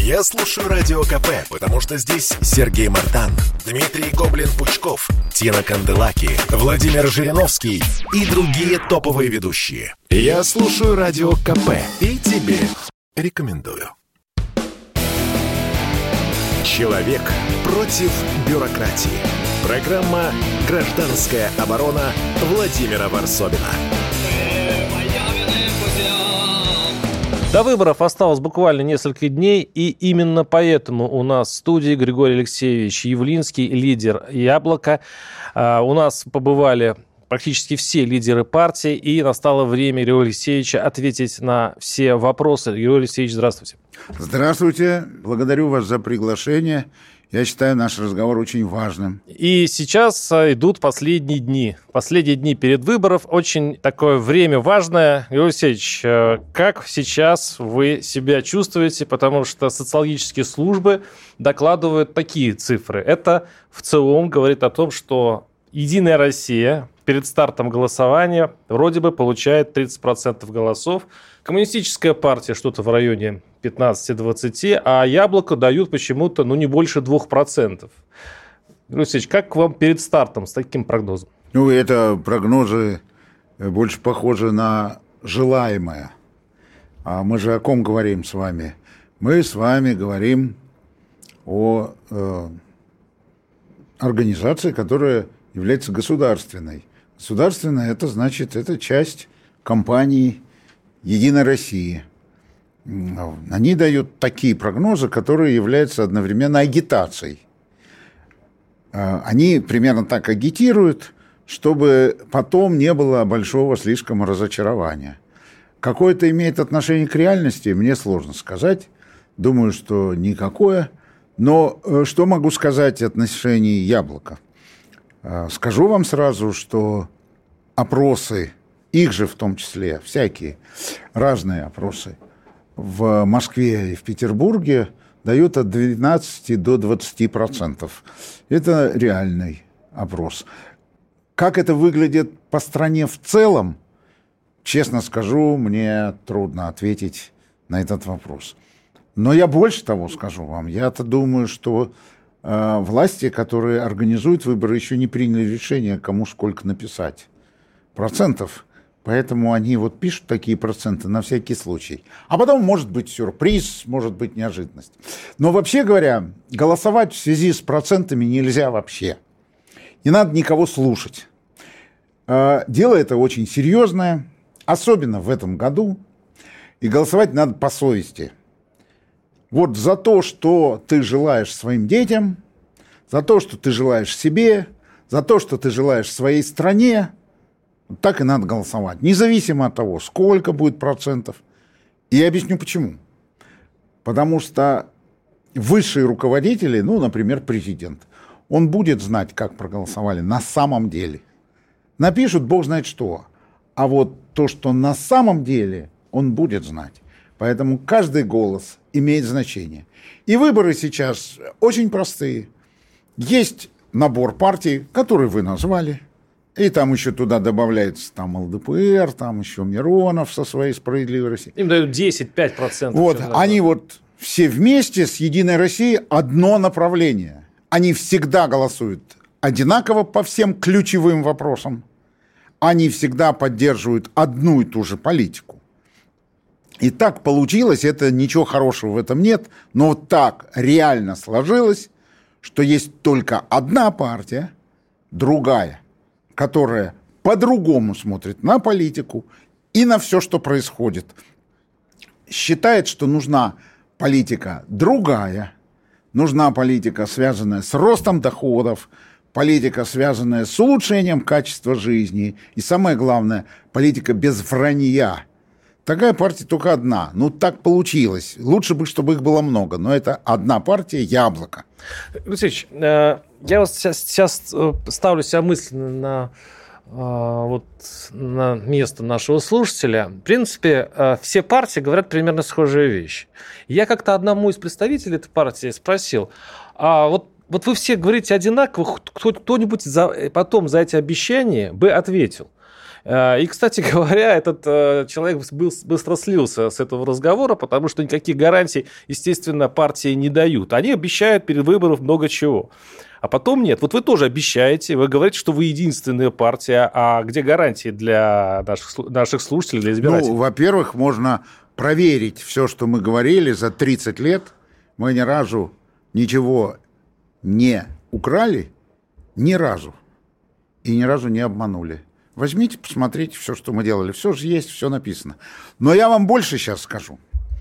Я слушаю Радио КП, потому что здесь Сергей Мартан, Дмитрий Гоблин-Пучков, Тина Канделаки, Владимир Жириновский и другие топовые ведущие. Я слушаю Радио КП и тебе рекомендую. Человек против бюрократии. Программа «Гражданская оборона» Владимира Варсобина. До выборов осталось буквально несколько дней, и именно поэтому у нас в студии Григорий Алексеевич Явлинский, лидер «Яблоко». У нас побывали практически все лидеры партии, и настало время Григория Алексеевича ответить на все вопросы. Григорий Алексеевич, здравствуйте. Здравствуйте. Благодарю вас за приглашение. Я считаю наш разговор очень важным. И сейчас идут последние дни. Последние дни перед выбором. Очень такое время важное. Григорий Алексеевич, как сейчас вы себя чувствуете? Потому что социологические службы докладывают такие цифры. Это в целом говорит о том, что «Единая Россия» перед стартом голосования вроде бы получает 30% голосов. Коммунистическая партия что-то в районе 15-20%, а «Яблоко» дают почему-то не больше 2%. Григорий Алексеевич, как к вам перед стартом с таким прогнозом? Это прогнозы больше похожи на желаемое. А мы же о ком говорим с вами? Мы с вами говорим о организации, которая является государственной. Государственная, это значит, это часть компании «Единой России». Они дают такие прогнозы, которые являются одновременно агитацией. Они примерно так агитируют, чтобы потом не было большого слишком разочарования. Какое это имеет отношение к реальности, мне сложно сказать. Думаю, что никакое. Но что могу сказать в отношении «Яблока»? Скажу вам сразу, что опросы, их же в том числе, всякие разные опросы, в Москве и в Петербурге дают от 12 до 20%. Это реальный опрос. Как это выглядит по стране в целом, честно скажу, мне трудно ответить на этот вопрос. Но я больше того скажу вам. Я-то думаю, что власти, которые организуют выборы, еще не приняли решение, кому сколько написать процентов. Поэтому они пишут такие проценты на всякий случай. А потом может быть сюрприз, может быть неожиданность. Но вообще говоря, голосовать в связи с процентами нельзя вообще. Не надо никого слушать. Дело это очень серьезное, особенно в этом году. И голосовать надо по совести. За то, что ты желаешь своим детям, за то, что ты желаешь себе, за то, что ты желаешь своей стране, так и надо голосовать. Независимо от того, сколько будет процентов. И я объясню почему. Потому что высшие руководители, например, президент, он будет знать, как проголосовали на самом деле. Напишут бог знает что. А то, что на самом деле, он будет знать. Поэтому каждый голос имеет значение. И выборы сейчас очень простые. Есть набор партий, которые вы назвали. И там еще туда добавляется ЛДПР, там еще Миронов со своей «Справедливой Россией». Им дают 10-5%. Они все вместе с «Единой Россией» одно направление. Они всегда голосуют одинаково по всем ключевым вопросам. Они всегда поддерживают одну и ту же политику. И так получилось, это ничего хорошего в этом нет, но так реально сложилось, что есть только одна партия, другая, которая по-другому смотрит на политику и на все, что происходит. Считает, что нужна политика другая, нужна политика, связанная с ростом доходов, политика, связанная с улучшением качества жизни и, самое главное, политика без вранья. Такая партия только одна. Так получилось. Лучше бы, чтобы их было много. Но это одна партия «Яблоко». Алексеевич, я сейчас ставлю себя мысленно на место нашего слушателя. В принципе, все партии говорят примерно схожие вещи. Я как-то одному из представителей этой партии спросил, вы все говорите одинаково, кто-нибудь потом за эти обещания бы ответил. И, кстати говоря, этот человек быстро слился с этого разговора, потому что никаких гарантий, естественно, партии не дают. Они обещают перед выборами много чего. А потом нет. Вот вы тоже обещаете, вы говорите, что вы единственная партия, а где гарантии для наших слушателей, для избирателей? Ну, во-первых, можно проверить все, что мы говорили за 30 лет. Мы ни разу ничего не украли, ни разу. И ни разу не обманули. Возьмите, посмотрите все, что мы делали. Все же есть, все написано. Но я вам больше сейчас скажу.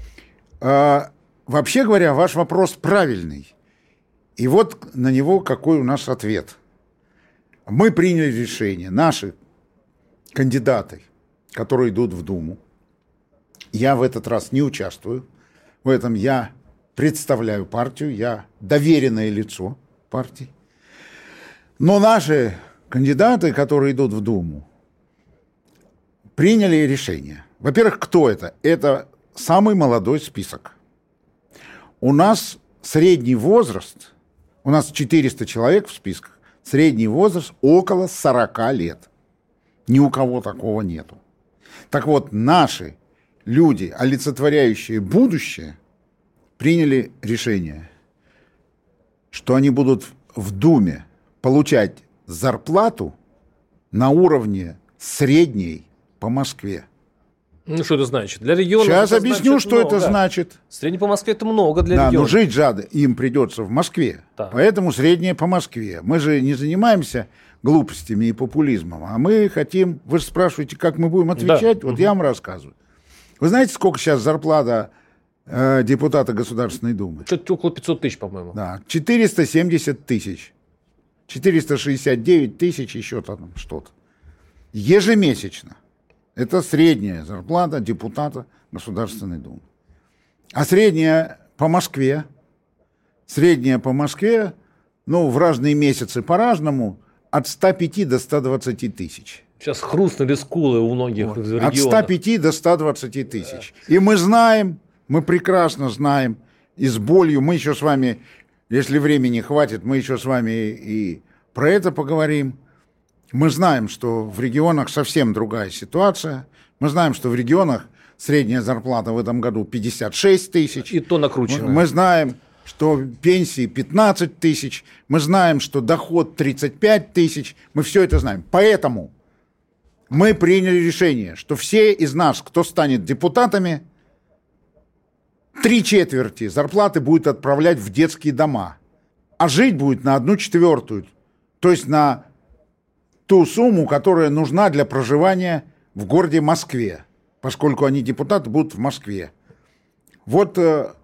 Вообще говоря, ваш вопрос правильный. И вот на него какой у нас ответ. Мы приняли решение, наши кандидаты, которые идут в Думу, я в этот раз не участвую, в этом я представляю партию, я доверенное лицо партии. Но наши кандидаты, которые идут в Думу, приняли решение. Во-первых, кто это? Это самый молодой список. У нас средний возраст... У нас 400 человек в списках. Средний возраст около 40 лет. Ни у кого такого нету. Так вот, наши люди, олицетворяющие будущее, приняли решение, что они будут в Думе получать зарплату на уровне средней по Москве. Ну, что это значит? Для регионов сейчас объясню, что много. Это значит. Средний по Москве это много для регионов. Но жить же им придется в Москве. Да. Поэтому среднее по Москве. Мы же не занимаемся глупостями и популизмом, а мы хотим... Вы же спрашиваете, как мы будем отвечать? Да. Вот я вам рассказываю. Вы знаете, сколько сейчас зарплата депутата Государственной Думы? Что-то около 500 тысяч, по-моему. Да, 470 тысяч. 469 тысяч, еще там что-то. Ежемесячно. Это средняя зарплата депутата Государственной Думы. А средняя по Москве, ну, в разные месяцы по-разному, от 105 до 120 тысяч. Сейчас хрустнули скулы у многих регионов. От 105 до 120 тысяч. И мы знаем, мы прекрасно знаем, и с болью, мы еще с вами, если времени хватит, мы еще с вами и про это поговорим. Мы знаем, что в регионах совсем другая ситуация. Мы знаем, что в регионах средняя зарплата в этом году 56 тысяч. И то накручено. Мы знаем, что пенсии 15 тысяч. Мы знаем, что доход 35 тысяч. Мы все это знаем. Поэтому мы приняли решение, что все из нас, кто станет депутатами, 3/4 зарплаты будет отправлять в детские дома. А жить будет на 1/4. То есть на ту сумму, которая нужна для проживания в городе Москве, поскольку они депутаты будут в Москве. Вот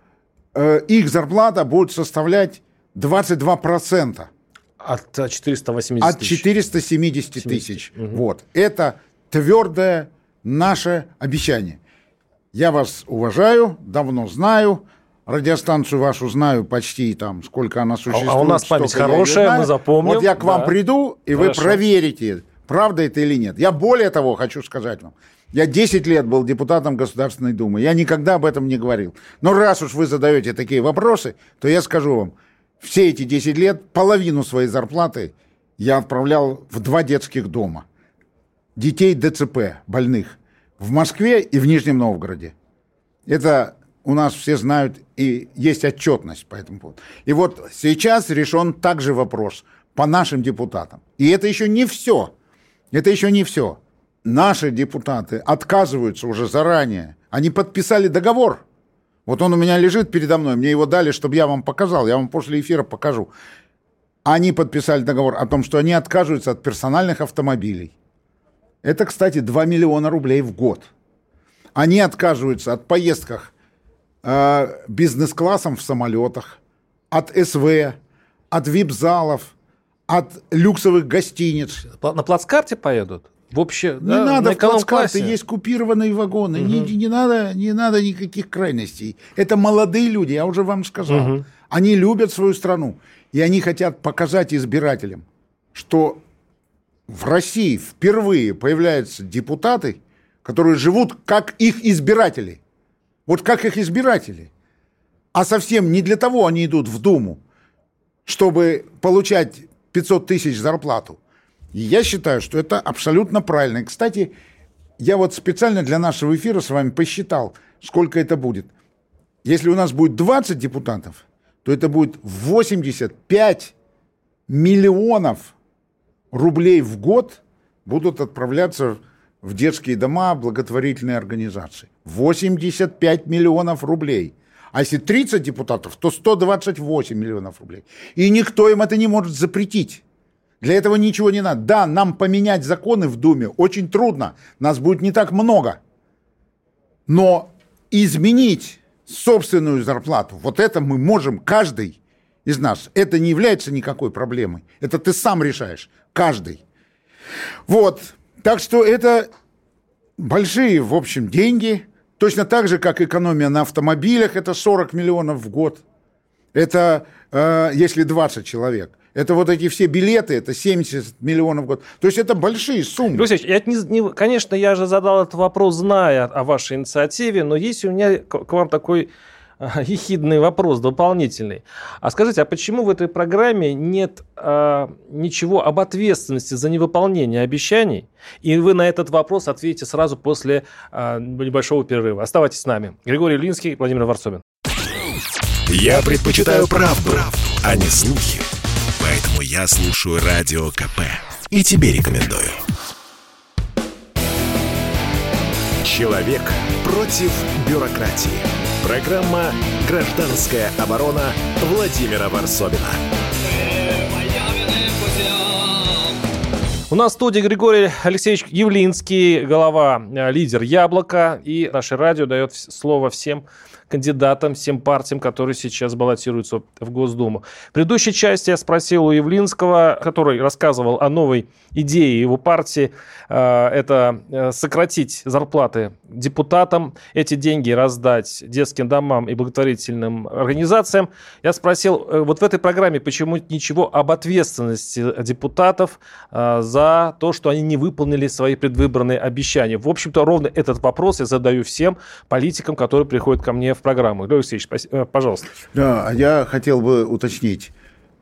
их зарплата будет составлять 22%. От 480 тысяч. От 470 тысяч. Угу. Вот. Это твердое наше обещание. Я вас уважаю, давно знаю. Радиостанцию вашу знаю почти там, сколько она существует. А у нас память хорошая, мы запомним. Вот я к вам приду, и Хорошо. Вы проверите, правда это или нет. Я более того хочу сказать вам. Я 10 лет был депутатом Государственной Думы. Я никогда об этом не говорил. Но раз уж вы задаете такие вопросы, то я скажу вам, все эти 10 лет половину своей зарплаты я отправлял в 2 детских дома. Детей ДЦП, больных. В Москве и в Нижнем Новгороде. Это... У нас все знают, и есть отчетность по этому поводу. И вот сейчас решен также вопрос по нашим депутатам. И это еще не все. Это еще не все. Наши депутаты отказываются уже заранее. Они подписали договор. Вот он у меня лежит передо мной. Мне его дали, чтобы я вам показал. Я вам после эфира покажу. Они подписали договор о том, что они отказываются от персональных автомобилей. Это, кстати, 2 миллиона рублей в год. Они отказываются от поездок бизнес-классом в самолетах, от СВ, от вип-залов, от люксовых гостиниц. На плацкарте поедут? Вообще, не надо в плацкарте, есть купированные вагоны, не надо никаких крайностей. Это молодые люди, я уже вам сказал. Они любят свою страну, и они хотят показать избирателям, что в России впервые появляются депутаты, которые живут как их избиратели. Вот как их избиратели. А совсем не для того они идут в Думу, чтобы получать 500 тысяч зарплату. И я считаю, что это абсолютно правильно. И, кстати, я вот специально для нашего эфира с вами посчитал, сколько это будет. Если у нас будет 20 депутатов, то это будет 85 миллионов рублей в год будут отправляться в детские дома, благотворительные организации. 85 миллионов рублей. А если 30 депутатов, то 128 миллионов рублей. И никто им это не может запретить. Для этого ничего не надо. Да, нам поменять законы в Думе очень трудно. Нас будет не так много. Но изменить собственную зарплату, вот это мы можем, каждый из нас. Это не является никакой проблемой. Это ты сам решаешь. Каждый. Вот. Так что это большие, в общем, деньги. Точно так же, как экономия на автомобилях. Это 40 миллионов в год. Это если 20 человек. Это вот эти все билеты, это 70 миллионов в год. То есть это большие суммы. Алексей, конечно, я же задал этот вопрос, зная о вашей инициативе, но есть у меня к вам такой ехидный вопрос, дополнительный. А скажите, а почему в этой программе нет ничего об ответственности за невыполнение обещаний? И вы на этот вопрос ответите сразу после небольшого перерыва. Оставайтесь с нами. Григорий Явлинский, Владимир Варсобин. Я предпочитаю правду, а не слухи. Поэтому я слушаю Радио КП. И тебе рекомендую. Человек против бюрократии. Программа «Гражданская оборона» Владимира Варсобина. У нас в студии Григорий Алексеевич Явлинский, лидер «Яблоко». И наше радио дает слово всем кандидатам, всем партиям, которые сейчас баллотируются в Госдуму. В предыдущей части я спросил у Явлинского, который рассказывал о новой идее его партии, это сократить зарплаты депутатам, эти деньги раздать детским домам и благотворительным организациям. Я спросил, вот в этой программе почему ничего об ответственности депутатов за то, что они не выполнили свои предвыборные обещания. В общем-то, ровно этот вопрос я задаю всем политикам, которые приходят ко мне в программу. Григорий Алексеевич, пожалуйста. Да, я хотел бы уточнить.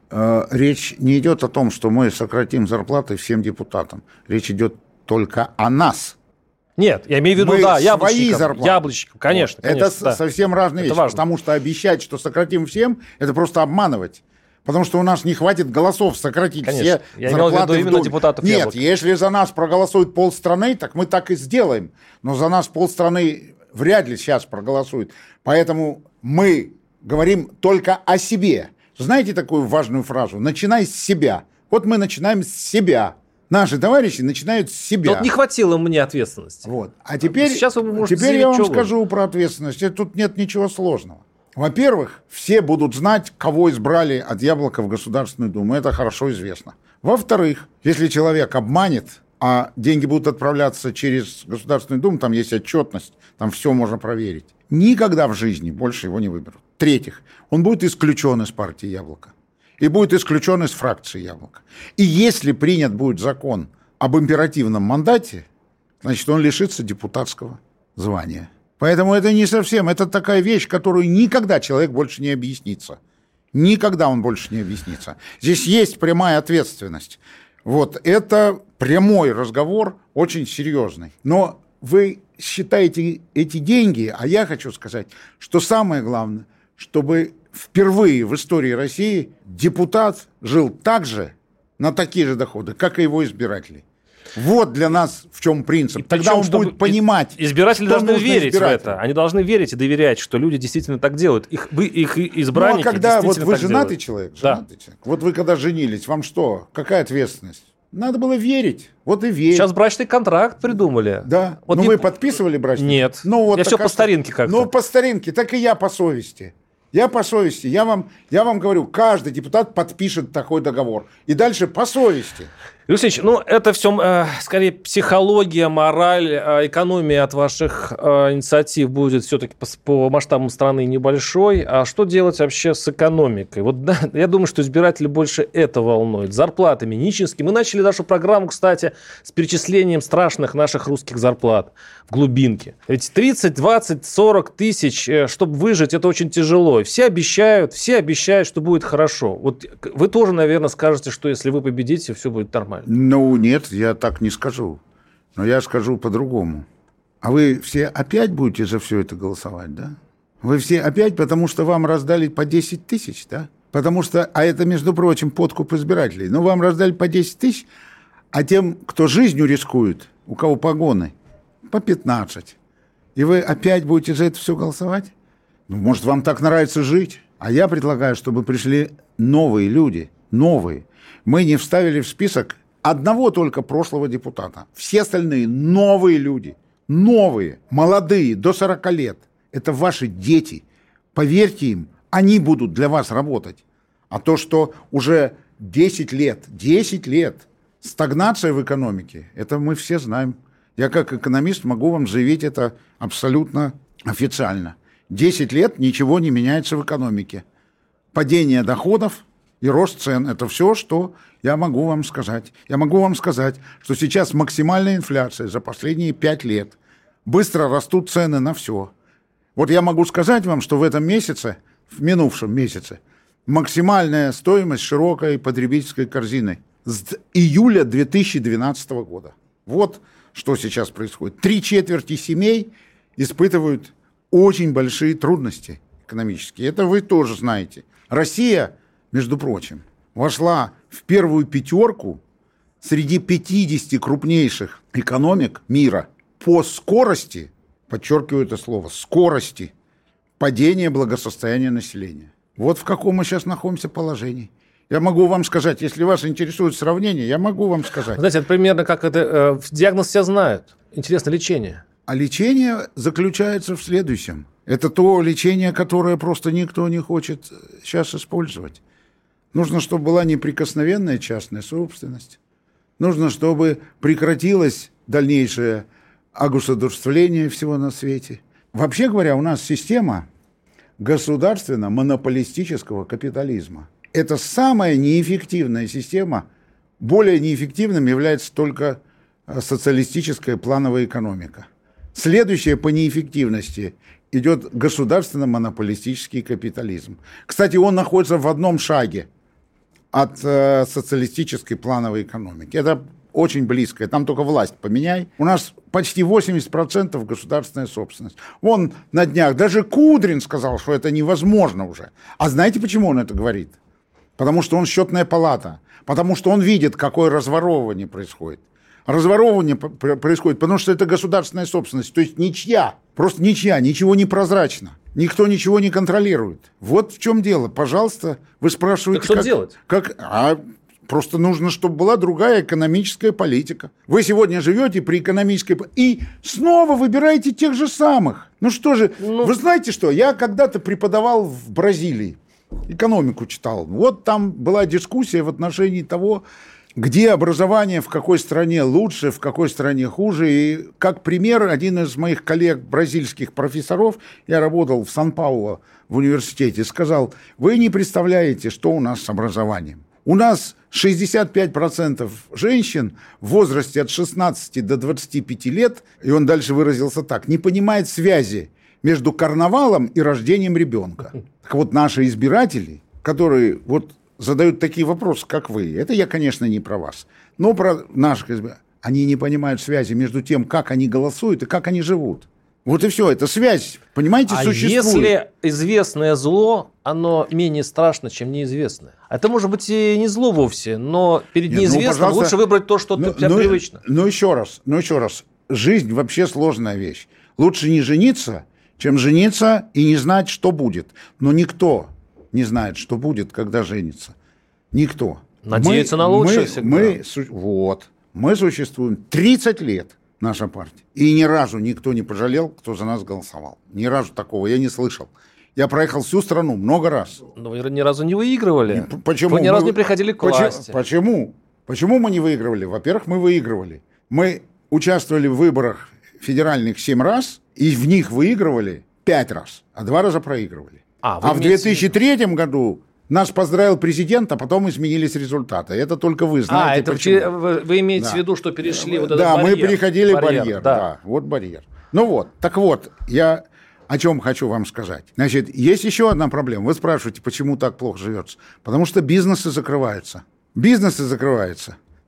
Речь не идет о том, что мы сократим зарплаты всем депутатам. Речь идет только о нас. Нет, я имею в виду, да, яблочникам, конечно. Вот. Это да. Совсем разные вещи, потому что обещать, что сократим всем, это просто обманывать. Потому что у нас не хватит голосов сократить все я зарплаты имел в виду именно депутатов Нет, яблок. Если за нас проголосует полстраны, так мы так и сделаем. Но за нас полстраны вряд ли сейчас проголосует. Поэтому мы говорим только о себе. Знаете такую важную фразу? Начинай с себя. Вот мы начинаем с себя. Наши товарищи начинают с себя. Тут не хватило мне ответственности. Вот. А теперь я я вам скажу про ответственность. Тут нет ничего сложного. Во-первых, все будут знать, кого избрали от Яблока в Государственную Думу. Это хорошо известно. Во-вторых, если человек обманет, а деньги будут отправляться через Государственную Думу, там есть отчетность, там все можно проверить, никогда в жизни больше его не выберут. В-третьих, он будет исключен из партии Яблоко и будет исключен из фракции Яблоко. И если принят будет закон об императивном мандате, значит, он лишится депутатского звания. Поэтому это не совсем, это такая вещь, которую никогда человек больше не объяснится. Никогда он больше не объяснится. Здесь есть прямая ответственность. Вот, это прямой разговор, очень серьезный. Но вы считаете эти деньги, а я хочу сказать, что самое главное, чтобы впервые в истории России депутат жил так же, на такие же доходы, как и его избиратели. Вот для нас в чем принцип. Тогда он будет понимать. Избиратели должны верить в это. Они должны верить и доверять, что люди действительно так делают. Их избранники когда действительно вот вы так женатый делают. человек, Да. вот вы когда женились, вам что? Какая ответственность? Надо было верить. Вот и верить. Сейчас брачный контракт придумали. Да. Вот вы подписывали брачный контракт? Нет. Вот я все по старинке как-то. Ну, по старинке. Так и я по совести. Я по совести. Я вам говорю, каждый депутат подпишет такой договор. И дальше по совести. Алексей Ильич, это все скорее психология, мораль, экономия от ваших инициатив будет все-таки по масштабам страны небольшой. А что делать вообще с экономикой? Вот да, я думаю, что избиратели больше это волнует. Зарплатами нищенскими. Мы начали нашу программу, кстати, с перечислением страшных наших русских зарплат в глубинке. Ведь 30, 20, 40 тысяч, чтобы выжить, это очень тяжело. Все обещают, что будет хорошо. Вот вы тоже, наверное, скажете, что если вы победите, все будет нормально. голосовали. Ну, нет, я так не скажу. Но я скажу по-другому. А вы все опять будете за все это голосовать, да? Вы все опять, потому что вам раздали по 10 тысяч, да? Потому что, а это, между прочим, подкуп избирателей. Ну, вам раздали по 10 тысяч, а тем, кто жизнью рискует, у кого погоны, по 15. И вы опять будете за это все голосовать? Ну, может, вам так нравится жить? А я предлагаю, чтобы пришли новые люди, новые. Мы не вставили в список одного только прошлого депутата. Все остальные новые люди, новые, молодые, до 40 лет. Это ваши дети. Поверьте им, они будут для вас работать. А то, что уже 10 лет стагнация в экономике, это мы все знаем. Я как экономист могу вам заявить это абсолютно официально. 10 лет ничего не меняется в экономике. Падение доходов и рост цен – это все, что я могу вам сказать. Я могу вам сказать, что сейчас максимальная инфляция за последние 5 лет. Быстро растут цены на все. Вот я могу сказать вам, что в этом месяце, в минувшем месяце, максимальная стоимость широкой потребительской корзины с июля 2012 года. Вот что сейчас происходит. 3/4 семей испытывают очень большие трудности экономические. Это вы тоже знаете. Россия, между прочим, вошла в первую 5 среди 50 крупнейших экономик мира по скорости, подчеркиваю это слово, скорости падения благосостояния населения. Вот в каком мы сейчас находимся положении. Я могу вам сказать, если вас интересует сравнение, я могу вам сказать. Знаете, это примерно как это, диагноз все знают. Интересно, лечение. А лечение заключается в следующем. Это то лечение, которое просто никто не хочет сейчас использовать. Нужно, чтобы была неприкосновенная частная собственность. Нужно, чтобы прекратилось дальнейшее огосударствление всего на свете. Вообще говоря, у нас система государственно-монополистического капитализма. Это самая неэффективная система. Более неэффективным является только социалистическая плановая экономика. Следующее по неэффективности идет государственно-монополистический капитализм. Кстати, он находится в одном шаге от социалистической плановой экономики. Это очень близко. Там только власть поменяй. У нас почти 80% государственная собственность. Вон на днях даже Кудрин сказал, что это невозможно уже. А знаете, почему он это говорит? Потому что он счетная палата. Потому что он видит, какое разворовывание происходит. Разворовывание происходит, потому что это государственная собственность. То есть ничья. Просто ничья. Ничего не прозрачно. Никто ничего не контролирует. Вот в чем дело. Пожалуйста, вы спрашиваете... Так что делать? Просто нужно, чтобы была другая экономическая политика. Вы сегодня живете при экономической... И снова выбираете тех же самых. Ну что же, вы знаете что? Я когда-то преподавал в Бразилии. Экономику читал. Вот там была дискуссия в отношении того, где образование, в какой стране лучше, в какой стране хуже. И как пример, один из моих коллег, бразильских профессоров, я работал в Сан-Паулу в университете, сказал: вы не представляете, что у нас с образованием. У нас 65% женщин в возрасте от 16 до 25 лет, и он дальше выразился так, не понимает связи между карнавалом и рождением ребенка. Так вот, наши избиратели, которые вот задают такие вопросы, как вы, это я, конечно, не про вас, но про наших избирателей, они не понимают связи между тем, как они голосуют и как они живут. Вот и все, это связь, понимаете, существует. Если известное зло, оно менее страшно, чем неизвестное. Это может быть и не зло вовсе, но перед неизвестным лучше выбрать то, что тебе привычно. Но еще раз, жизнь вообще сложная вещь. Лучше не жениться, чем жениться и не знать, что будет. Но никто не знает, что будет, когда женится. Никто. Надеяться на лучшее всегда. Мы существуем 30 лет. Наша партия. И ни разу никто не пожалел, кто за нас голосовал. Ни разу такого я не слышал. Я проехал всю страну много раз. Но вы ни разу не выигрывали. Почему? Вы ни разу не приходили к власти. Почему? Почему мы не выигрывали? Во-первых, мы выигрывали. Мы участвовали в выборах федеральных 7 раз, и в них выигрывали 5 раз, а 2 раза проигрывали. А в 2003 году нас поздравил президент, а потом изменились результаты. Это только вы знаете, это почему. Вы имеете в виду, что перешли вот этот барьер? Да, мы переходили барьер. Да, вот барьер. Ну вот, так вот, я о чем хочу вам сказать. Значит, есть еще одна проблема. Вы спрашиваете, почему так плохо живется? Потому что бизнесы закрываются. Бизнесы закрываются.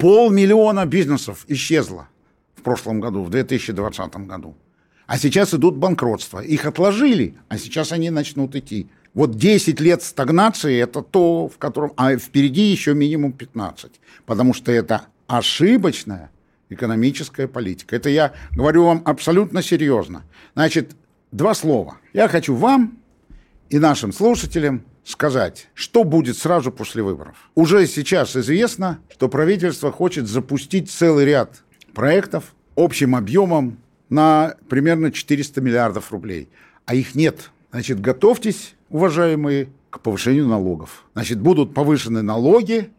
500 000 бизнесов исчезло в прошлом году, в 2020 году. А сейчас идут банкротства. Их отложили, а сейчас они начнут идти. Вот 10 лет стагнации – это то, в котором… А впереди еще минимум 15. Потому что это ошибочная экономическая политика. Это я говорю вам абсолютно серьезно. Значит, 2 слова. Я хочу вам и нашим слушателям сказать, что будет сразу после выборов. Уже сейчас известно, что правительство хочет запустить целый ряд проектов общим объемом на примерно 400 миллиардов рублей. А их нет. Значит, готовьтесь, уважаемые, к повышению налогов. Значит, будут повышены налоги.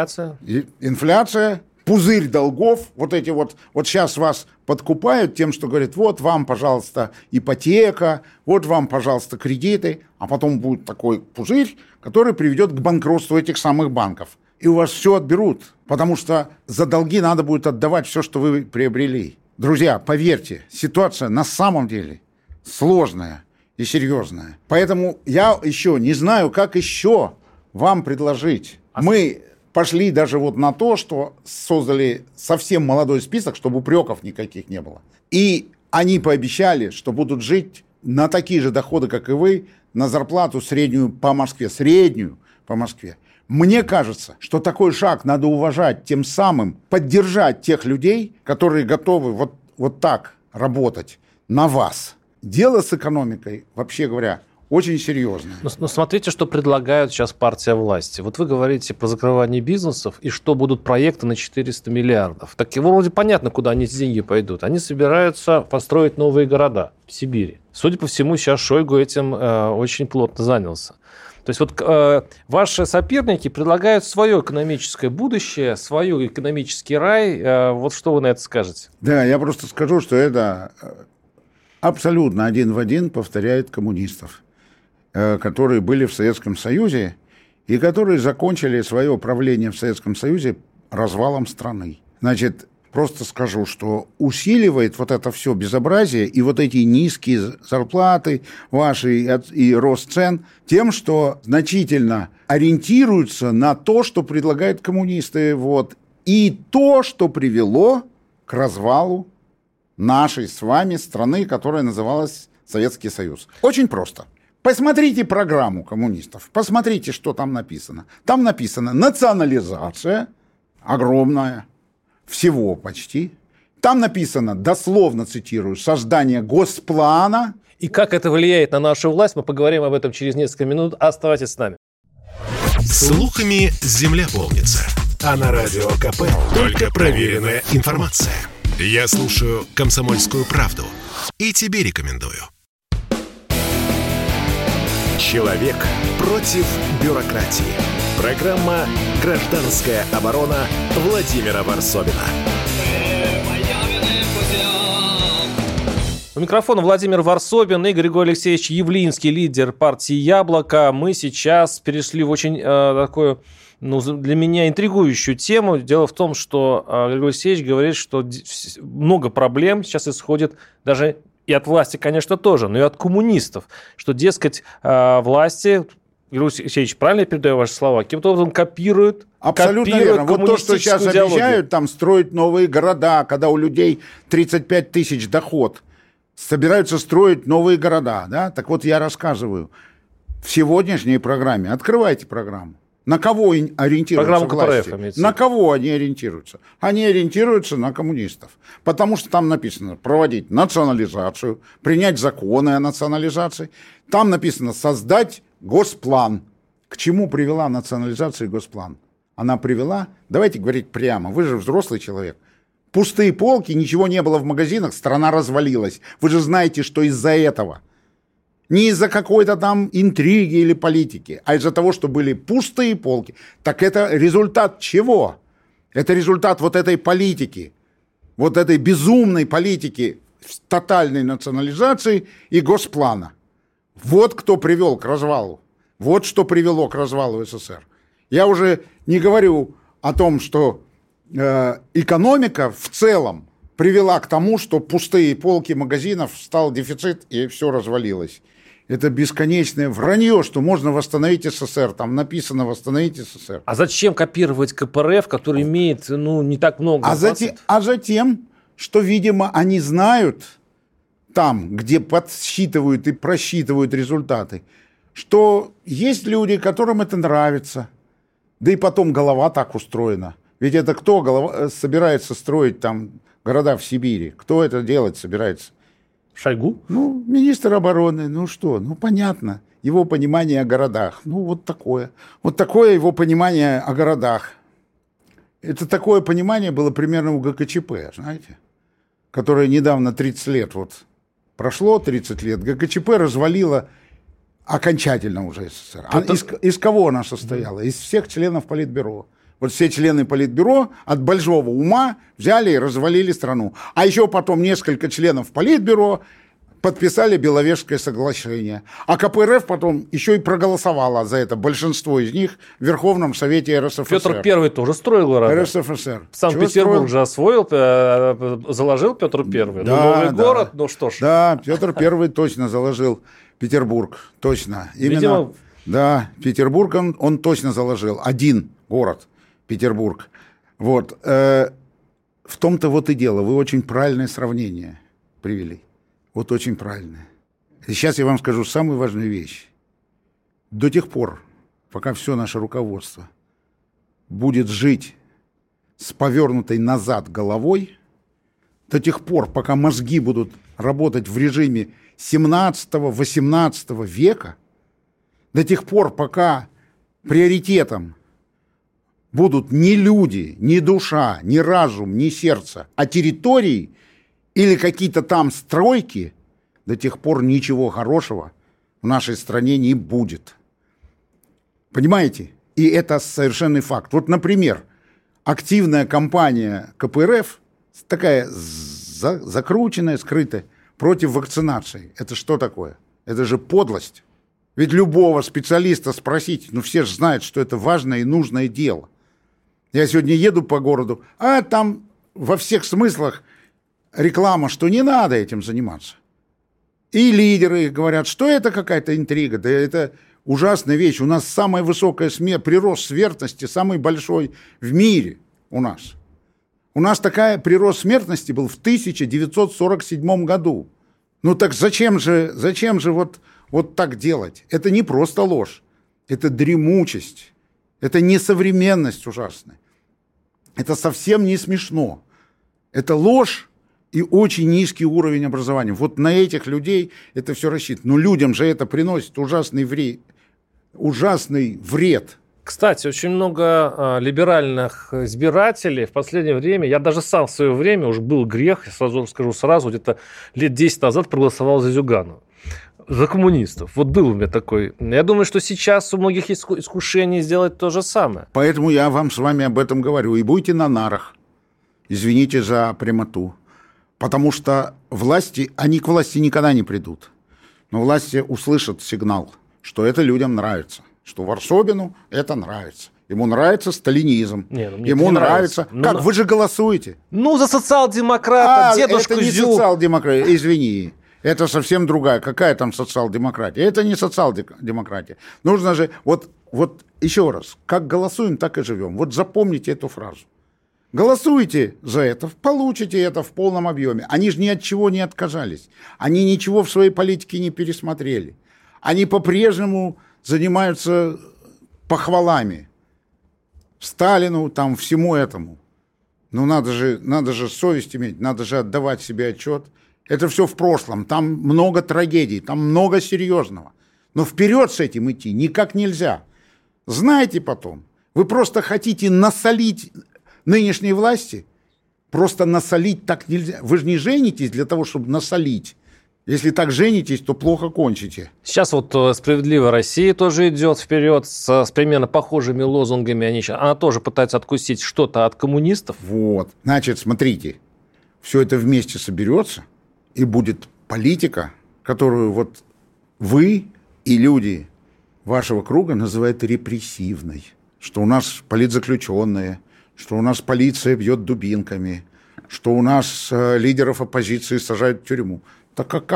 Инфляция. Пузырь долгов. Вот эти вот сейчас вас подкупают тем, что говорят, вот вам, пожалуйста, ипотека, вот вам, пожалуйста, кредиты. А потом будет такой пузырь, который приведет к банкротству этих самых банков. И у вас все отберут, потому что за долги надо будет отдавать все, что вы приобрели. Друзья, поверьте, ситуация на самом деле сложная и серьезная. Поэтому я еще не знаю, как еще вам предложить. Мы пошли даже вот на то, что создали совсем молодой список, чтобы упреков никаких не было. И они пообещали, что будут жить на такие же доходы, как и вы, на зарплату среднюю по Москве. Среднюю по Москве. Мне кажется, что такой шаг надо уважать, тем самым поддержать тех людей, которые готовы вот так работать на вас. Дело с экономикой, вообще говоря, очень серьезно. Но смотрите, что предлагают сейчас партия власти. Вот вы говорите про закрывание бизнесов и что будут проекты на 400 миллиардов. Так вроде понятно, куда они эти деньги пойдут. Они собираются построить новые города в Сибири. Судя по всему, сейчас Шойгу этим очень плотно занялся. То есть вот ваши соперники предлагают свое экономическое будущее, свой экономический рай. Вот что вы на это скажете? Да, я просто скажу, что это абсолютно один в один повторяет коммунистов, которые были в Советском Союзе и которые закончили свое правление в Советском Союзе развалом страны. Значит, просто скажу, что усиливает вот это все безобразие и вот эти низкие зарплаты ваши и рост цен тем, что значительно ориентируются на то, что предлагают коммунисты, и то, что привело к развалу нашей с вами страны, которая называлась Советский Союз. Очень просто. Посмотрите программу коммунистов, посмотрите, что там написано. Там написано национализация огромная, всего почти. Там написано, дословно цитирую, создание госплана. И как это влияет на нашу власть, мы поговорим об этом через несколько минут. Оставайтесь с нами. Слухами земля полнится. А на Радио КП только проверенная информация. Я слушаю «Комсомольскую правду» и тебе рекомендую. Человек против бюрократии. Программа «Гражданская оборона» Владимира Варсобина. У микрофона Владимир Варсобин и Григорий Алексеевич Явлинский, лидер партии «Яблоко». Мы сейчас перешли в очень такую, для меня интригующую тему. Дело в том, что Григорий Алексеевич говорит, что много проблем сейчас исходит даже и от власти, конечно, тоже, но и от коммунистов, что, дескать, власти, Григорий Алексеевич, правильно я передаю ваши слова, каким-то образом копируют. Абсолютно верно. Вот то, что сейчас обещают, там строить новые города, когда у людей 35 тысяч доход, собираются строить новые города, да? Так вот я рассказываю, в сегодняшней программе, открывайте программу, на кого ориентируются власти? На кого они ориентируются? Они ориентируются на коммунистов. Потому что там написано проводить национализацию, принять законы о национализации. Там написано создать госплан. К чему привела национализация и госплан? Она привела, давайте говорить прямо, вы же взрослый человек. Пустые полки, ничего не было в магазинах, страна развалилась. Вы же знаете, что из-за этого. Не из-за какой-то там интриги или политики, а из-за того, что были пустые полки. Так это результат чего? Это результат вот этой политики, вот этой безумной политики тотальной национализации и госплана. Вот кто привел к развалу. Вот что привело к развалу СССР. Я уже не говорю о том, что экономика в целом привела к тому, что пустые полки магазинов стал дефицит и все развалилось. Это бесконечное вранье, что можно восстановить СССР. Там написано «восстановить СССР». А зачем копировать КПРФ, который имеет, не так много? А затем, что, видимо, они знают там, где подсчитывают и просчитывают результаты, что есть люди, которым это нравится. Да и потом голова так устроена. Ведь это кто собирается строить там города в Сибири? Кто это делать собирается? Шойгу? Министр обороны, понятно. Его понимание о городах. Вот такое. Вот такое его понимание о городах. Это такое понимание было примерно у ГКЧП, знаете, которое недавно 30 лет, прошло 30 лет, ГКЧП развалило окончательно уже СССР. Из кого она состояла? Из всех членов Политбюро. Вот все члены Политбюро от большого ума взяли и развалили страну. А еще потом несколько членов Политбюро подписали Беловежское соглашение. А КПРФ потом еще и проголосовало за это. Большинство из них в Верховном Совете РСФСР. Петр Первый тоже строил города. РСФСР. Санкт-Петербург же освоил, заложил Петр Первый. Новый город, что ж. Да, Петр Первый точно заложил Петербург. Точно. Именно, да, Петербург он точно заложил. Один город. Петербург. В том-то и дело. Вы очень правильное сравнение привели. Очень правильное. И сейчас я вам скажу самую важную вещь. До тех пор, пока все наше руководство будет жить с повернутой назад головой, до тех пор, пока мозги будут работать в режиме 17-18 века, до тех пор, пока приоритетом будут не люди, не душа, не разум, не сердце, а территории или какие-то там стройки, до тех пор ничего хорошего в нашей стране не будет. Понимаете? И это совершенный факт. Например, активная кампания КПРФ, такая закрученная, скрытая, против вакцинации. Это что такое? Это же подлость. Ведь любого специалиста спросить, все же знают, что это важное и нужное дело. Я сегодня еду по городу, а там во всех смыслах реклама, что не надо этим заниматься. И лидеры говорят, что это какая-то интрига, да это ужасная вещь. У нас самая высокая прирост смертности, самый большой в мире у нас. У нас прирост смертности был в 1947 году. Так зачем же вот так делать? Это не просто ложь, это дремучесть, это несовременность ужасная. Это совсем не смешно. Это ложь и очень низкий уровень образования. На этих людей это все рассчитано. Но людям же это приносит ужасный вред. Кстати, очень много либеральных избирателей в последнее время, я даже сам в свое время, уж был грех, я скажу сразу, где-то лет 10 назад проголосовал за Зюганова. За коммунистов. Был у меня такой. Я думаю, что сейчас у многих есть искушение сделать то же самое. Поэтому я вам с вами об этом говорю. И будьте на нарах. Извините за прямоту. Потому что они к власти никогда не придут. Но власти услышат сигнал, что это людям нравится. Что Варсобину это нравится. Ему нравится сталинизм. Ему нравится. Как? Вы же голосуете. За социал-демократа, дедушку это не социал-демократия. Извини. Это совсем другая. Какая там социал-демократия? Это не социал-демократия. Нужно же... еще раз. Как голосуем, так и живем. Запомните эту фразу. Голосуйте за это, получите это в полном объеме. Они же ни от чего не отказались. Они ничего в своей политике не пересмотрели. Они по-прежнему занимаются похвалами Сталину, всему этому. Надо же совесть иметь, надо же отдавать себе отчет. Это все в прошлом, там много трагедий, там много серьезного. Но вперед с этим идти никак нельзя. Знаете потом, вы просто хотите насолить нынешней власти, просто насолить так нельзя. Вы же не женитесь для того, чтобы насолить. Если так женитесь, то плохо кончите. Сейчас «Справедливая Россия» тоже идет вперед с примерно похожими лозунгами. Она тоже пытается откусить что-то от коммунистов. Значит, смотрите, все это вместе соберется, и будет политика, которую вы и люди вашего круга называют репрессивной. Что у нас политзаключенные, что у нас полиция бьет дубинками, что у нас лидеров оппозиции сажают в тюрьму. Так как?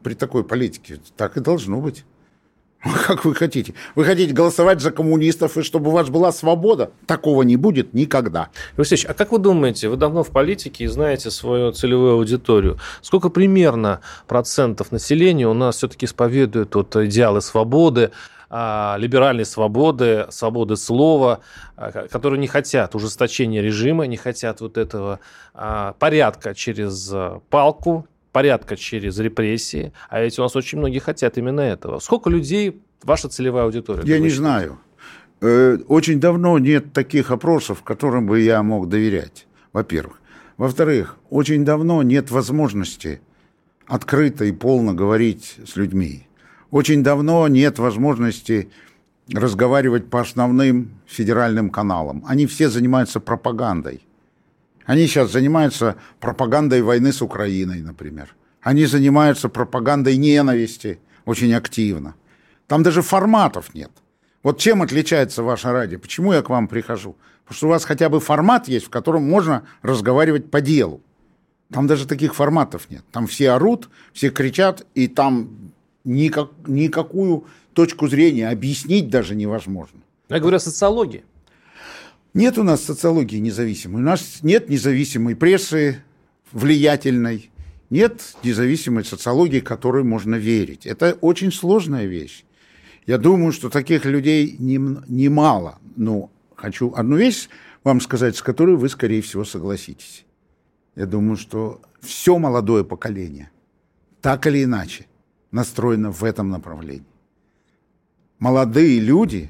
при такой политике. Так и должно быть. Как вы хотите? Вы хотите голосовать за коммунистов, и чтобы у вас была свобода? Такого не будет никогда. Алексей, а как вы думаете, вы давно в политике и знаете свою целевую аудиторию, сколько примерно процентов населения у нас все-таки исповедуют идеалы свободы, либеральной свободы, свободы слова, которые не хотят ужесточения режима, не хотят вот этого порядка через палку, порядка через репрессии, а ведь у нас очень многие хотят именно этого. Сколько людей ваша целевая аудитория? Я не знаю. Очень давно нет таких опросов, которым бы я мог доверять, во-первых. Во-вторых, очень давно нет возможности открыто и полно говорить с людьми. Очень давно нет возможности разговаривать по основным федеральным каналам. Они все занимаются пропагандой. Они сейчас занимаются пропагандой войны с Украиной, например. Они занимаются пропагандой ненависти очень активно. Там даже форматов нет. Вот чем отличается ваше радио? Почему я к вам прихожу? Потому что у вас хотя бы формат есть, в котором можно разговаривать по делу. Там даже таких форматов нет. Там все орут, все кричат, и там никакую точку зрения объяснить даже невозможно. Я говорю о социологии. Нет у нас социологии независимой. У нас нет независимой прессы влиятельной. Нет независимой социологии, которой можно верить. Это очень сложная вещь. Я думаю, что таких людей немало. Но хочу одну вещь вам сказать, с которой вы, скорее всего, согласитесь. Я думаю, что все молодое поколение, так или иначе, настроено в этом направлении. Молодые люди,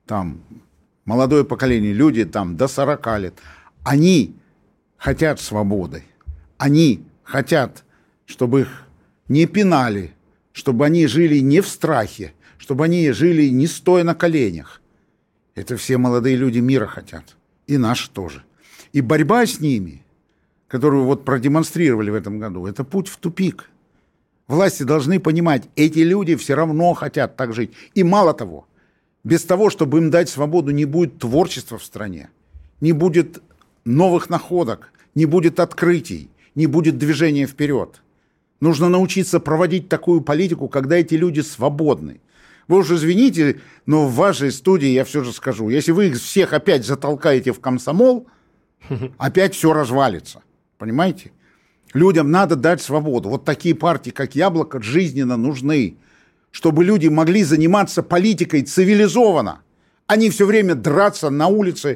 молодое поколение, люди до 40 лет, они хотят свободы. Они хотят, чтобы их не пинали, чтобы они жили не в страхе, чтобы они жили не стоя на коленях. Это все молодые люди мира хотят. И наши тоже. И борьба с ними, которую продемонстрировали в этом году, это путь в тупик. Власти должны понимать, эти люди все равно хотят так жить. И мало того, без того, чтобы им дать свободу, не будет творчества в стране, не будет новых находок, не будет открытий, не будет движения вперед. Нужно научиться проводить такую политику, когда эти люди свободны. Вы уж извините, но в вашей студии я все же скажу, если вы их всех опять затолкаете в комсомол, опять все развалится. Понимаете? Людям надо дать свободу. Вот такие партии, как «Яблоко», жизненно нужны, чтобы люди могли заниматься политикой цивилизованно, а не все время драться на улице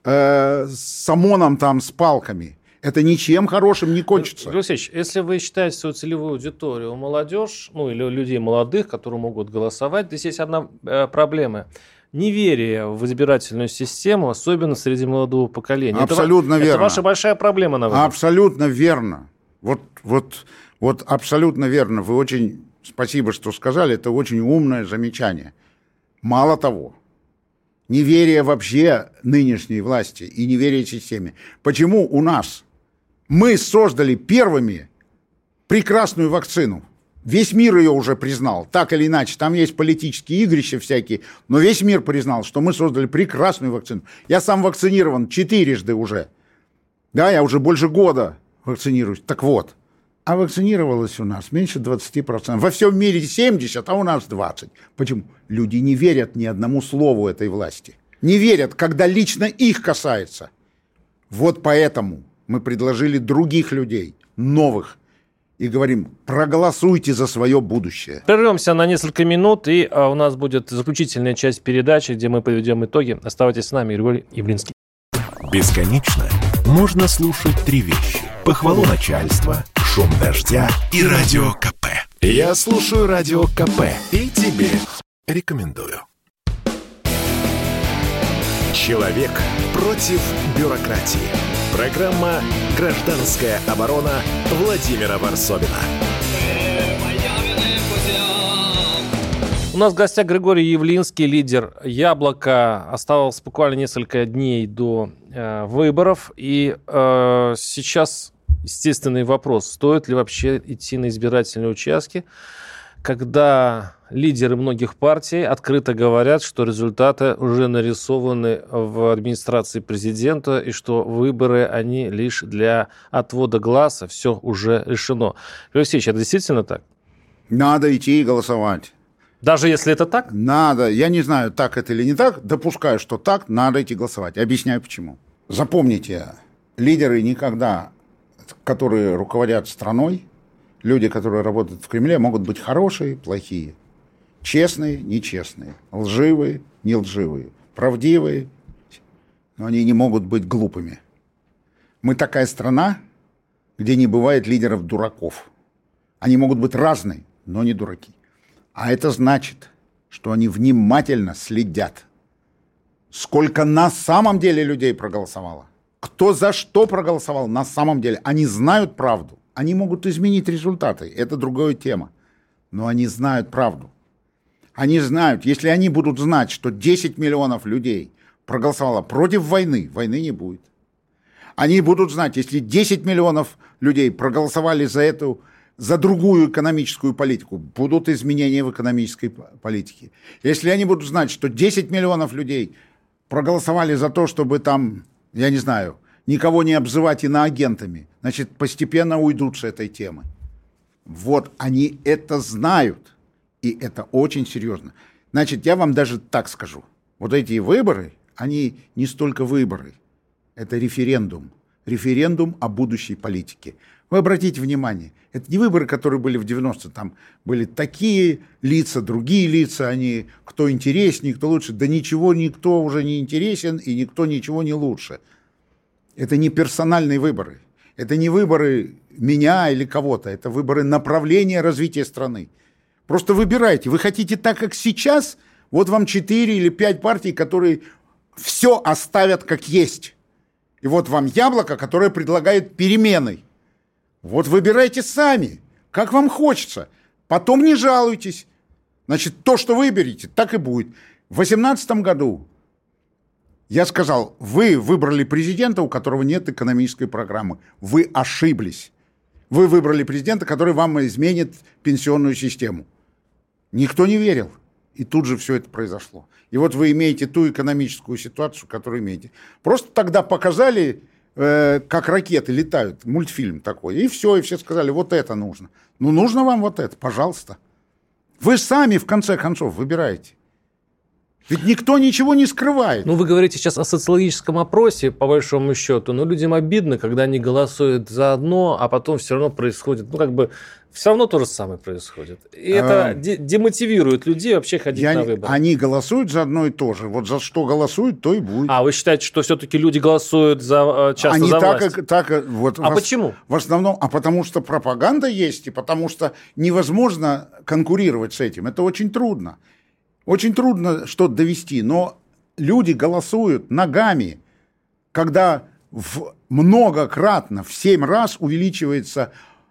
с ОМОНом с палками. Это ничем хорошим не кончится. Юрий Алексеевич, если вы считаете свою целевую аудиторию молодежь, или людей молодых, которые могут голосовать, здесь есть одна проблема. Неверие в избирательную систему, особенно среди молодого поколения. Абсолютно верно. Это ваша большая проблема, на выборах. Абсолютно верно. Вот абсолютно верно. Вы очень... Спасибо, что сказали. Это очень умное замечание. Мало того, неверие вообще нынешней власти и неверие системе. Почему у нас? Мы создали первыми прекрасную вакцину. Весь мир ее уже признал, так или иначе. Там есть политические игрища всякие, но весь мир признал, что мы создали прекрасную вакцину. Я сам вакцинирован 4 уже. Да, я уже больше года вакцинируюсь. Так вот, а вакцинировалось у нас меньше 20%. Во всем мире 70%, а у нас 20%. Почему? Люди не верят ни одному слову этой власти. Не верят, когда лично их касается. Вот поэтому мы предложили других людей, новых, и говорим, проголосуйте за свое будущее. Прервемся на несколько минут, и у нас будет заключительная часть передачи, где мы подведем итоги. Оставайтесь с нами, Григорий Явлинский. Бесконечно можно слушать 3 вещи. Похвалу начальства, шум дождя и радио КП. Я слушаю радио КП и тебе рекомендую. Человек против бюрократии. Программа «Гражданская оборона» Владимира Варсобина. У нас в гостях Григорий Явлинский, лидер «Яблока». Осталось буквально несколько дней до выборов. И сейчас естественный вопрос, стоит ли вообще идти на избирательные участки, когда лидеры многих партий открыто говорят, что результаты уже нарисованы в администрации президента, и что выборы, они лишь для отвода глаза, все уже решено. Юрий Алексеевич, это действительно так? Надо идти и голосовать. Даже если это так? Надо. Я не знаю, так это или не так. Допускаю, что так. Надо идти голосовать. Объясняю, почему. Запомните, лидеры никогда, которые руководят страной, люди, которые работают в Кремле, могут быть хорошие, плохие. Честные, нечестные. Лживые, не лживые. Правдивые. Но они не могут быть глупыми. Мы такая страна, где не бывает лидеров-дураков. Они могут быть разные, но не дураки. А это значит, что они внимательно следят, сколько на самом деле людей проголосовало. Кто за что проголосовал на самом деле. Они знают правду. Они могут изменить результаты. Это другая тема. Но они знают правду. Они знают, если они будут знать, что 10 миллионов людей проголосовало против войны, войны не будет. Они будут знать, если 10 миллионов людей проголосовали за другую экономическую политику, будут изменения в экономической политике. Если они будут знать, что 10 миллионов людей проголосовали за то, чтобы там, я не знаю, никого не обзывать иноагентами, значит, постепенно уйдут с этой темы. Вот они это знают, и это очень серьезно. Значит, я вам даже так скажу. Вот эти выборы, они не столько выборы, это референдум. Референдум о будущей политике. Вы обратите внимание, это не выборы, которые были в 90-е. Там были такие лица, другие лица, они кто интереснее, кто лучше. Да ничего, никто уже не интересен, и никто ничего не лучше. Это не персональные выборы. Это не выборы меня или кого-то. Это выборы направления развития страны. Просто выбирайте. Вы хотите так, как сейчас? Вот вам 4 или 5 партий, которые все оставят как есть. И вот вам яблоко, которое предлагает перемены. Вот выбирайте сами, как вам хочется. Потом не жалуйтесь. Значит, то, что выберете, так и будет. В 2018 году я сказал, вы выбрали президента, у которого нет экономической программы. Вы ошиблись. Вы выбрали президента, который вам изменит пенсионную систему. Никто не верил. И тут же все это произошло. И вот вы имеете ту экономическую ситуацию, которую имеете. Просто тогда показали, как ракеты летают, мультфильм такой. И все, и все сказали, вот это нужно. Ну, нужно вам вот это, пожалуйста. Вы сами, в конце концов, выбираете. Ведь никто ничего не скрывает. Ну, вы говорите сейчас о социологическом опросе, по большому счету, но людям обидно, когда они голосуют за одно, а потом все равно происходит, все равно то же самое происходит. И это демотивирует людей вообще ходить на выборы. Они голосуют за одно и то же. Вот за что голосуют, то и будет. А вы считаете, что все-таки люди голосуют часто за власть? Почему? В основном, потому что пропаганда есть, и потому что невозможно конкурировать с этим. Это очень трудно. Очень трудно что-то довести, но люди голосуют ногами, когда многократно, в 7 раз увеличивается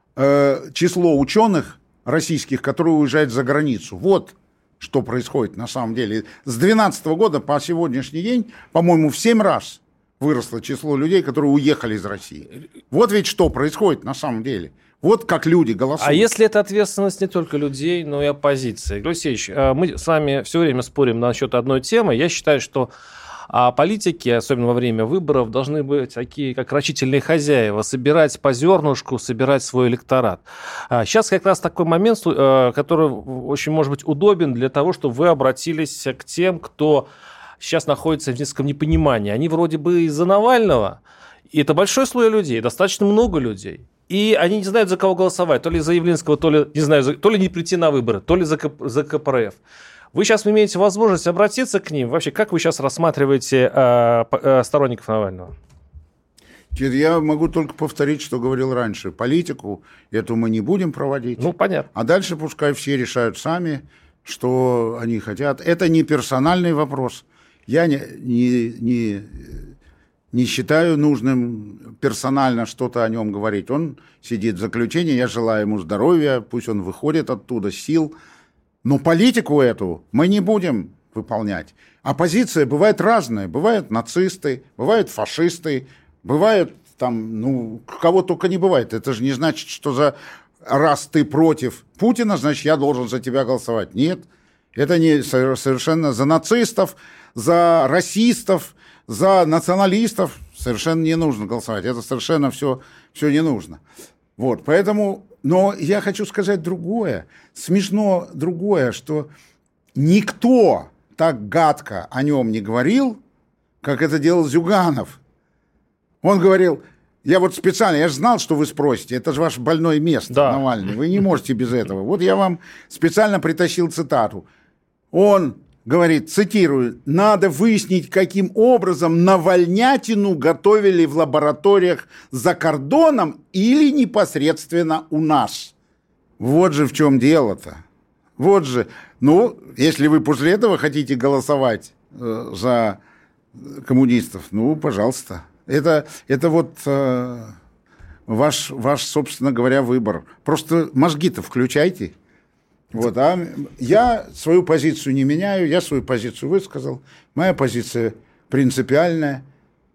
число ученых российских, которые уезжают за границу. Вот что происходит на самом деле. С 2012 года по сегодняшний день, по-моему, в 7 раз выросло число людей, которые уехали из России. Вот ведь что происходит на самом деле. Вот как люди голосуют. А если это ответственность не только людей, но и оппозиции? Григорий Алексеевич, мы с вами все время спорим насчет одной темы. Я считаю, что политики, особенно во время выборов, должны быть такие, как рачительные хозяева, собирать по зернышку, собирать свой электорат. Сейчас как раз такой момент, который очень может быть удобен для того, чтобы вы обратились к тем, кто сейчас находится в неком непонимании. Они вроде бы из-за Навального, и это большой слой людей, достаточно много людей. И они не знают, за кого голосовать. То ли за Явлинского, то ли, не знаю, то ли не прийти на выборы, то ли за КПРФ. Вы сейчас имеете возможность обратиться к ним. Вообще, как вы сейчас рассматриваете сторонников Навального? Я могу только повторить, что говорил раньше. Политику эту мы не будем проводить. Ну, понятно. А дальше пускай все решают сами, что они хотят. Это не персональный вопрос. Я не считаю нужным персонально что-то о нем говорить. Он сидит в заключении, я желаю ему здоровья, пусть он выходит оттуда, сил. Но политику эту мы не будем выполнять. Оппозиция бывает разная. Бывают нацисты, бывают фашисты, бывают там, кого только не бывает. Это же не значит, что раз ты против Путина, значит, я должен за тебя голосовать. Нет, это не совершенно за нацистов, за расистов, за националистов совершенно не нужно голосовать. Это совершенно все не нужно. Вот, поэтому Но я хочу сказать другое. Смешно другое, что никто так гадко о нем не говорил, как это делал Зюганов. Он говорил, я вот специально, я же знал, что вы спросите, это же ваше больное место, да. Навальный, вы не можете без этого. Вот я вам специально притащил цитату. Он говорит, цитирую, надо выяснить, каким образом навальнятину готовили в лабораториях за кордоном или непосредственно у нас. Вот же в чем дело-то. Вот же. Ну, если вы после этого хотите голосовать за коммунистов, ну, пожалуйста. Это вот ваш, собственно говоря, выбор. Просто мозги-то включайте. Вот, а я свою позицию не меняю, я свою позицию высказал. Моя позиция принципиальная.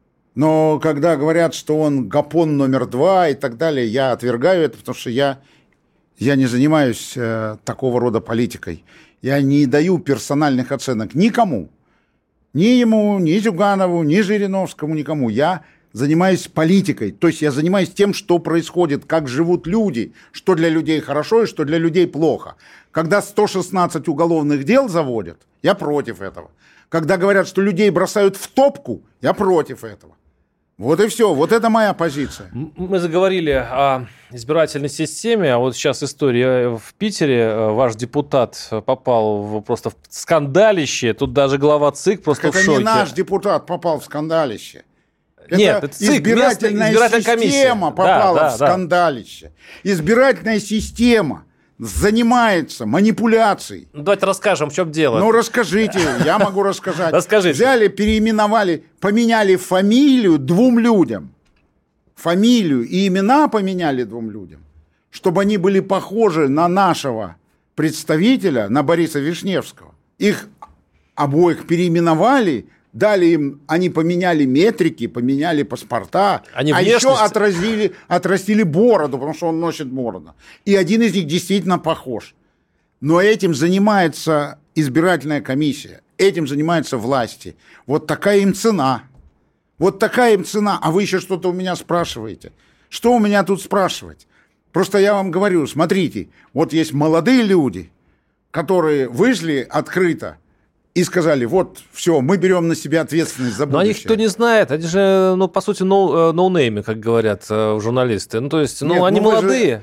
Но когда говорят, что он гапон номер 2 и так далее, я отвергаю это, потому что я не занимаюсь такого рода политикой. Я не даю персональных оценок никому. Ни ему, ни Зюганову, ни Жириновскому, никому. Я занимаюсь политикой. То есть я занимаюсь тем, что происходит, как живут люди, что для людей хорошо и что для людей плохо. Когда 116 уголовных дел заводят, я против этого. Когда говорят, что людей бросают в топку, я против этого. Вот и все. Вот это моя позиция. Мы заговорили о избирательной системе, а вот сейчас история в Питере. Ваш депутат попал просто в скандалище. Тут даже глава ЦИК просто в шоке. Это не наш депутат попал в скандалище. Нет, это ЦИК, избирательная система попала в скандалище. Избирательная система занимается манипуляцией. Давайте расскажем, в чем дело. Ну, расскажите, я могу рассказать. Расскажите. Взяли, переименовали, поменяли фамилию 2 людям. Фамилию и имена поменяли 2 людям, чтобы они были похожи на нашего представителя, на Бориса Вишневского. Их обоих переименовали, дали им, они поменяли метрики, поменяли паспорта, еще отрастили бороду, потому что он носит бороду. И один из них действительно похож. Но этим занимается избирательная комиссия, этим занимаются власти. Вот такая им цена. Вот такая им цена. А вы еще что-то у меня спрашиваете. Что у меня тут спрашивать? Просто я вам говорю, смотрите, вот есть молодые люди, которые вышли открыто и сказали, вот, все, мы берем на себя ответственность за будущее. Но о них никто не знает. Они же, ну, по сути, ноунеймы, как говорят журналисты. Ну, то есть, ну, нет, они молодые.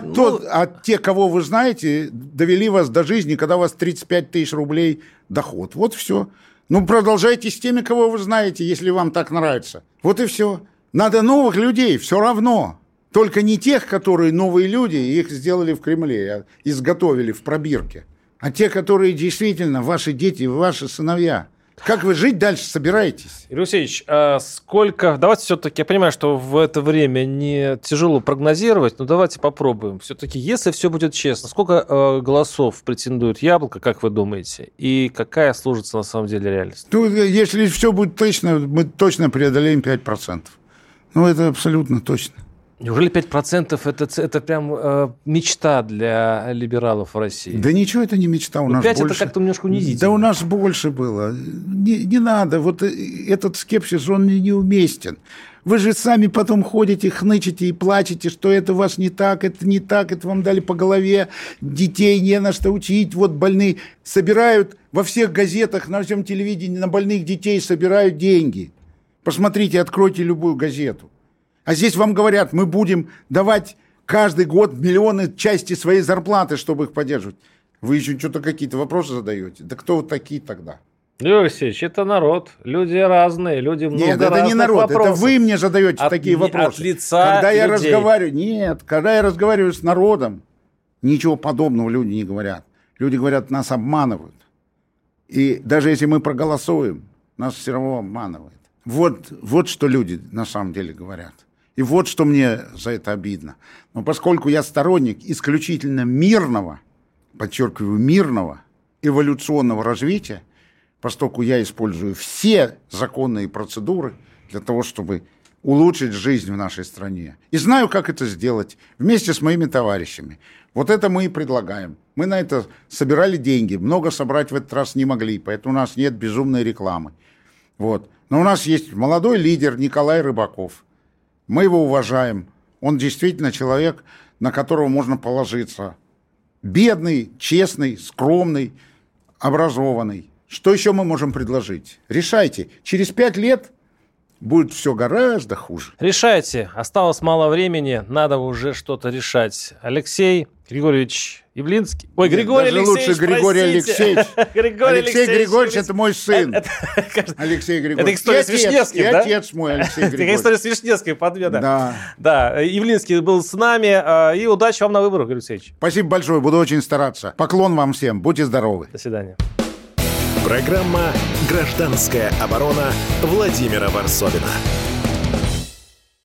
А те, кого вы знаете, довели вас до жизни, когда у вас 35 тысяч рублей доход. Вот все. Ну, продолжайте с теми, кого вы знаете, если вам так нравится. Вот и все. Надо новых людей, все равно. Только не тех, которые новые люди, их сделали в Кремле, изготовили в пробирке. А те, которые действительно ваши дети, ваши сыновья. Как вы жить дальше собираетесь? Юрий Алексеевич, сколько... Давайте все-таки, я понимаю, что в это время не тяжело прогнозировать, но давайте попробуем. Все-таки, если все будет честно, сколько голосов претендует Яблоко, как вы думаете? И какая сложится на самом деле реальность? Ну, если все будет точно, мы точно преодолеем 5%. Ну, это абсолютно точно. Неужели 5% это прям мечта для либералов в России? Да ничего, это не мечта. У нас 5 больше... это как-то немножко унизительно. Да у нас больше было. Не надо. Вот этот скепсис, он неуместен. Вы же сами потом ходите, хнычете и плачете, что это у вас не так, это вам дали по голове, детей не на что учить, вот больные. Собирают во всех газетах, на всем телевидении на больных детей собирают деньги. Посмотрите, откройте любую газету. А здесь вам говорят, мы будем давать каждый год миллионы части своей зарплаты, чтобы их поддерживать. Вы еще что-то какие-то вопросы задаете. Да кто вы такие тогда? Юрий Алексеевич, это народ. Люди разные, люди много разных вопросов. Нет, это не народ, вопросов. Это вы мне задаете такие вопросы. От лица людей. Когда я разговариваю с народом, ничего подобного люди не говорят. Люди говорят, нас обманывают. И даже если мы проголосуем, нас все равно обманывают. Вот что люди на самом деле говорят. И вот что мне за это обидно. Но поскольку я сторонник исключительно мирного, подчеркиваю, мирного эволюционного развития, поскольку я использую все законные процедуры для того, чтобы улучшить жизнь в нашей стране. И знаю, как это сделать вместе с моими товарищами. Вот это мы и предлагаем. Мы на это собирали деньги. Много собрать в этот раз не могли, поэтому у нас нет безумной рекламы. Вот. Но у нас есть молодой лидер Николай Рыбаков. Мы его уважаем. Он действительно человек, на которого можно положиться. Бедный, честный, скромный, образованный. Что еще мы можем предложить? Решайте. Через 5 лет будет все гораздо хуже. Решайте. Осталось мало времени, надо уже что-то решать. Алексей Григорьевич Явлинский. Ой, Григорий Даже Алексеевич, лучше Григорий Алексеевич. Алексей Григорьевич – это мой сын. Алексей Григорьевич. Это история с Вишневским, да? И отец мой, Алексей Григорьевич. Это история с Вишневским, подведа. Да. Да, Явлинский был с нами. И удачи вам на выборах, Григорий Алексеевич. Спасибо большое, буду очень стараться. Поклон вам всем, будьте здоровы. До свидания. Программа «Гражданская оборона» Владимира Варсовина.